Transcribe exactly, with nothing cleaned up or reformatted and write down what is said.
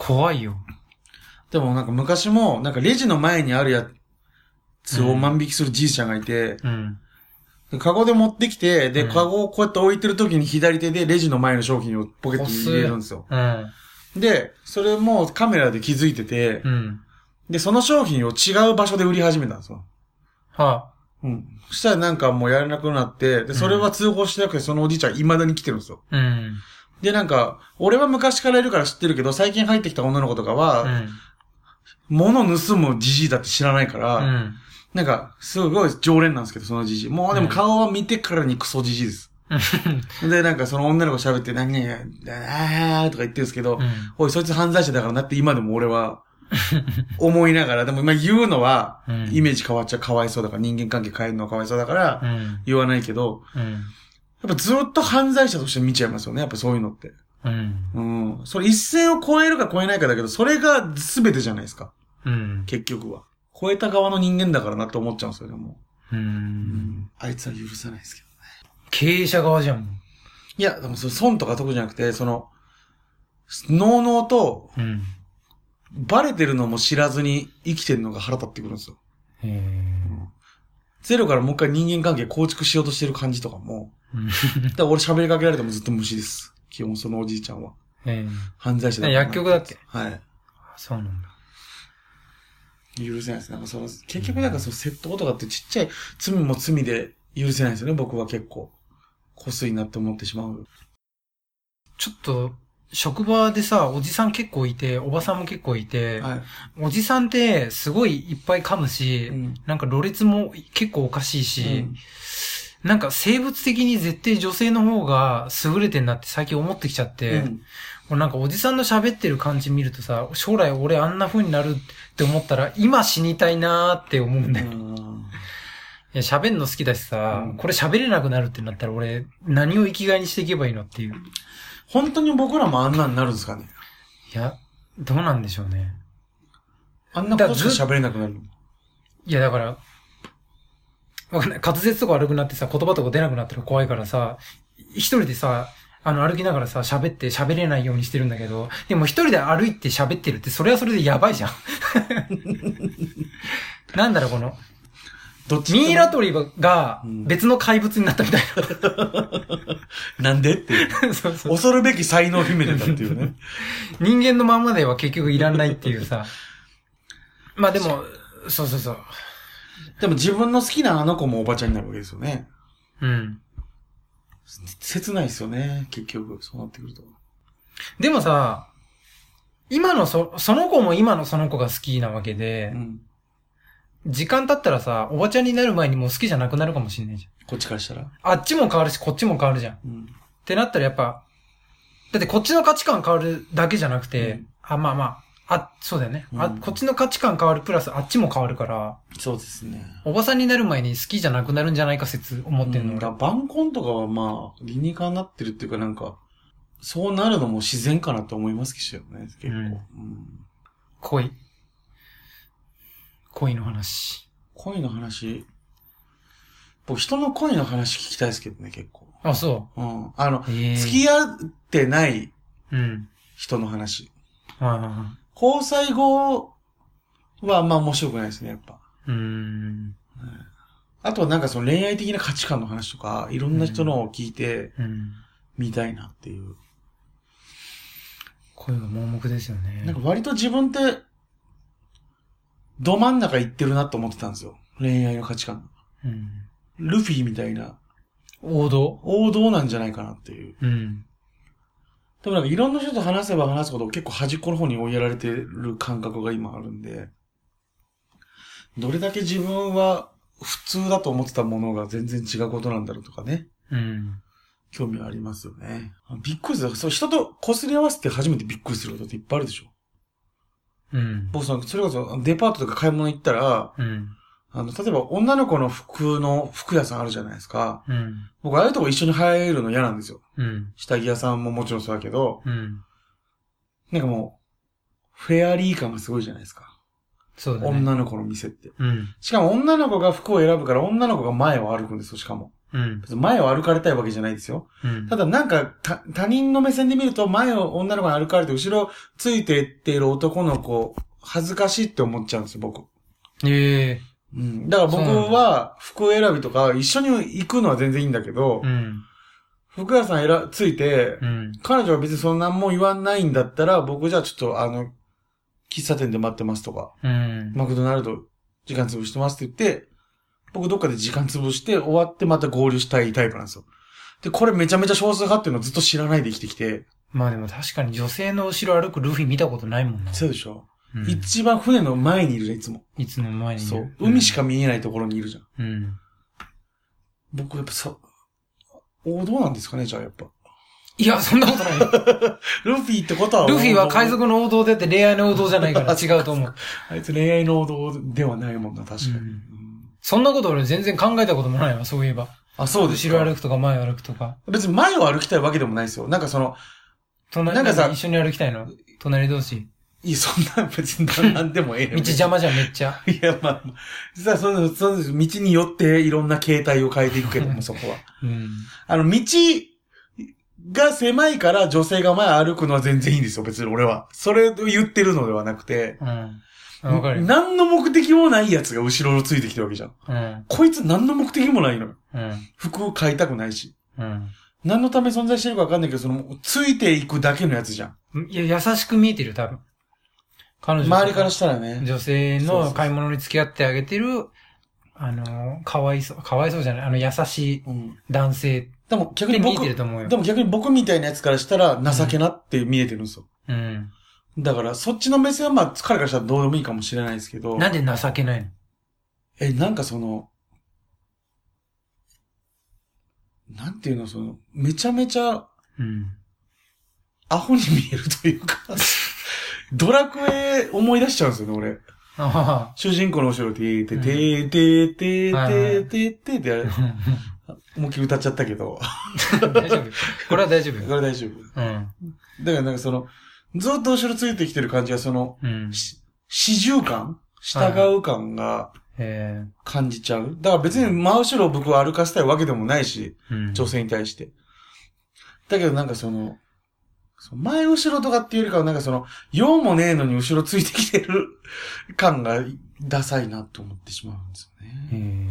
怖いよ。 でもなんか昔も、なんかレジの前にあるやつを万引きするじいちゃんがいて、うん。でカゴで持ってきて、で、うん、カゴをこうやって置いてる時に左手でレジの前の商品をポケットに入れるんですよ。うん。で、それもカメラで気づいてて、うん。で、その商品を違う場所で売り始めたんですよ。はあ。うん。そしたらなんかもうやれなくなって、で、それは通報してなくて、そのおじいちゃん未だに来てるんですよ。うん。で、なんか、俺は昔からいるから知ってるけど、最近入ってきた女の子とかは、うん。物盗むじじいだって知らないから、うん。なんか、すごい常連なんですけど、そのじじい。もうでも顔は見てからにクソじじいです。うん、で、なんかその女の子喋って、何々、あーとか言ってるんですけど、うん、おい、そいつ犯罪者だからなって今でも俺は、思いながら、でも今言うのは、イメージ変わっちゃかわいそうだから、人間関係変えるのはかわいそうだから、言わないけど、うん、やっぱずっと犯罪者として見ちゃいますよね、やっぱそういうのって。うん。うん。それ一線を越えるか越えないかだけど、それが全てじゃないですか。うん。結局は。超えた側の人間だからなって思っちゃうんですよね、もう。うーん。うん、あいつは許さないですけどね。 経営者側じゃん。 いや、でもその損とか得じゃなくて、その、のうのうと、うん、バレてるのも知らずに生きてるのが腹立ってくるんですよ。へー、うん、ゼロからもう一回人間関係構築しようとしてる感じとかも。だから俺喋りかけられてもずっと無視です。基本そのおじいちゃんは。へー、犯罪者だから。 薬局だっけ？ はい。 そうなんだ。 許せないです。なんかその、結局なんかその窃盗とかってちっちゃい罪も罪で許せないですよね、僕は結構。こすいなって思ってしまう。 ちょっと、職場でさ、おじさん結構いて、おばさんも結構いて、はい、おじさんってすごいいっぱい噛むし、うん、なんかろれつも結構おかしいし、うん、なんか生物的に絶対女性の方が優れてんなって最近思ってきちゃって、うん、俺なんかおじさんの喋ってる感じ見るとさ、将来俺あんな風になるって思ったら今死にたいなーって思うんだよ。いや、喋んの好きだしさ、うん、これ喋れなくなるってなったら俺何を生きがいにしていけばいいのっていう。 本当に僕らもあんなになるんですかね。 いや、どうなんでしょうね。 あんなことしか喋れなくなるの？ いや、だから、わかんない。滑舌とか悪くなってさ、言葉とか出なくなったら怖いからさ、一人でさ、あの、歩きながらさ、喋って喋れないようにしてるんだけど、でも一人で歩いて喋ってるって、それはそれでやばいじゃん。なんだろう、この、ミイラ取りが別の怪物になったみたいな。なんでっていうそうそう。恐るべき才能を秘めてたっていうね。 人間のままでは結局いらんないっていうさ。まあでも、そうそうそう。 でも自分の好きなあの子もおばちゃんになるわけですよね。うん。切ないですよね、結局。そうなってくると。 でもさ、今のそ、その子も今のその子が好きなわけで、うん、時間経ったらさ、おばちゃんになる前にもう好きじゃなくなるかもしんないじゃん。 こっちからしたら。 あっちも変わるし、こっちも変わるじゃん。うん、ってなったらやっぱ、だってこっちの価値観変わるだけじゃなくて、うん、あ、まあまあ、あ、そうだよね、うん。あ、こっちの価値観変わるプラスあっちも変わるから。 そうですね。 おばさんになる前に好きじゃなくなるんじゃないか説思ってんの。 うん、だ晩婚とかはまあ、理にかなってるっていうかなんか、そうなるのも自然かなと思いますけどね、結構。うんうん、 恋。恋の話。 恋の話。僕人の恋の話聞きたいですけどね、結構。 あ、そう。 うん。あの、付き合ってない人の話。うん、交際後はまあ面白くないですね、やっぱ。うーん。あとはなんかその恋愛的な価値観の話とか、いろんな人のを聞いて、みたいなっていう。 恋は盲目ですよね。 なんか割と自分って、ど真ん中行ってるなと思ってたんですよ。恋愛の価値観。うん、ルフィみたいな。 王道王道なんじゃないかなっていう。うん。でもなんかいろんな人と話せば話すほど結構端っこの方に追いやられてる感覚が今あるんで、どれだけ自分は普通だと思ってたものが全然違うことなんだろうとかね。うん。興味はありますよね。びっくりする。そう、人と擦り合わせて初めてびっくりすることっていっぱいあるでしょ。うん。僕さ、それこそデパートとか買い物行ったら、うん。あの、例えば女の子の服の服屋さんあるじゃないですか。うん。僕ああいうとこ一緒に入るの嫌なんですよ。うん。下着屋さんももちろんそうだけど、うん。なんかもう、フェアリー感がすごいじゃないですか。 そうだね。 女の子の店って。うん。しかも女の子が服を選ぶから女の子が前を歩くんですよ、しかも。 うん。 前を歩かれたいわけじゃないですよ。うん、ただなんか、た、他人の目線で見ると、前を女の子に歩かれて、後ろついていっている男の子、恥ずかしいって思っちゃうんですよ、僕。 へえ。 うん。だから僕は、服選びとか、一緒に行くのは全然いいんだけど、うん、服屋さん選、ついて、うん、彼女は別にそんなんも言わないんだったら、僕じゃあちょっとあの、喫茶店で待ってますとか、うん、マクドナルド時間潰してますって言って、僕どっかで時間潰して終わってまた合流したいタイプなんですよ。で、これめちゃめちゃ少数派っていうのをずっと知らないで生きてきて。 まあでも確かに女性の後ろ歩くルフィ見たことないもんね。 そうでしょ、うん、一番船の前にいるじゃん、いつも。 いつも前にいる。 そう。海しか見えないところにいるじゃん。うん。僕やっぱさ、王道なんですかね、じゃあやっぱ。 いや、そんなことないよ。 ルフィってことはルフィは海賊の王道でって恋愛の王道じゃないから違うと思う。 あいつ恋愛の王道ではないもんな、確かに。うん、 そんなこと俺全然考えたこともないわ、そういえば。 あ、そうですか。 後ろ歩くとか前を歩くとか。 別に前を歩きたいわけでもないですよ。なんかその、 隣、なんかさ、一緒に歩きたいの隣同士。 いや、そんな別になんでもええねん。 道邪魔じゃん、めっちゃ。 いや、まあ、実はその、その道によっていろんな形態を変えていくけども、そこは。うん、あの、道が狭いから女性が前歩くのは全然いいんですよ、別に俺は。それを言ってるのではなくて。うん。わかる。何の目的もないやつが後ろをついてきてるわけじゃん。うん。こいつ何の目的もないのよ。うん。服を買いたくないし。うん。何のため存在してるかわかんないけど、その、ついていくだけのやつじゃん。 いや、優しく見えてる、多分。彼女。 周りからしたらね。 女性の買い物に付き合ってあげてる、あの、かわいそう、かわいそうじゃない、あの、優しい男性、うん。 でも逆に僕、見えてると思うよ。でも逆に僕みたいなやつからしたら情けなって見えてるんですよ。うん。だから、そっちの目線はまあ、彼からしたらどうでもいいかもしれないですけど。 なんで情けないの？ え、なんかその、なんていうの、その、めちゃめちゃ、うん。アホに見えるというか、ドラクエ思い出しちゃうんですよね、俺。あ主人公の後ろで、てててててててててて、思いっきり歌っちゃったけど。 大丈夫。これは大丈夫。 これは大丈夫。うん。だからなんかその、ずっと後ろついてきてる感じはその、うん、始終感従う感が感じちゃう。だから別に真後ろを僕は歩かせたいわけでもないし、うん、女性に対して。だけどなんかその、前後ろとかっていうよりかはなんかその、用もねえのに後ろついてきてる感がダサいなと思ってしまうんですよね。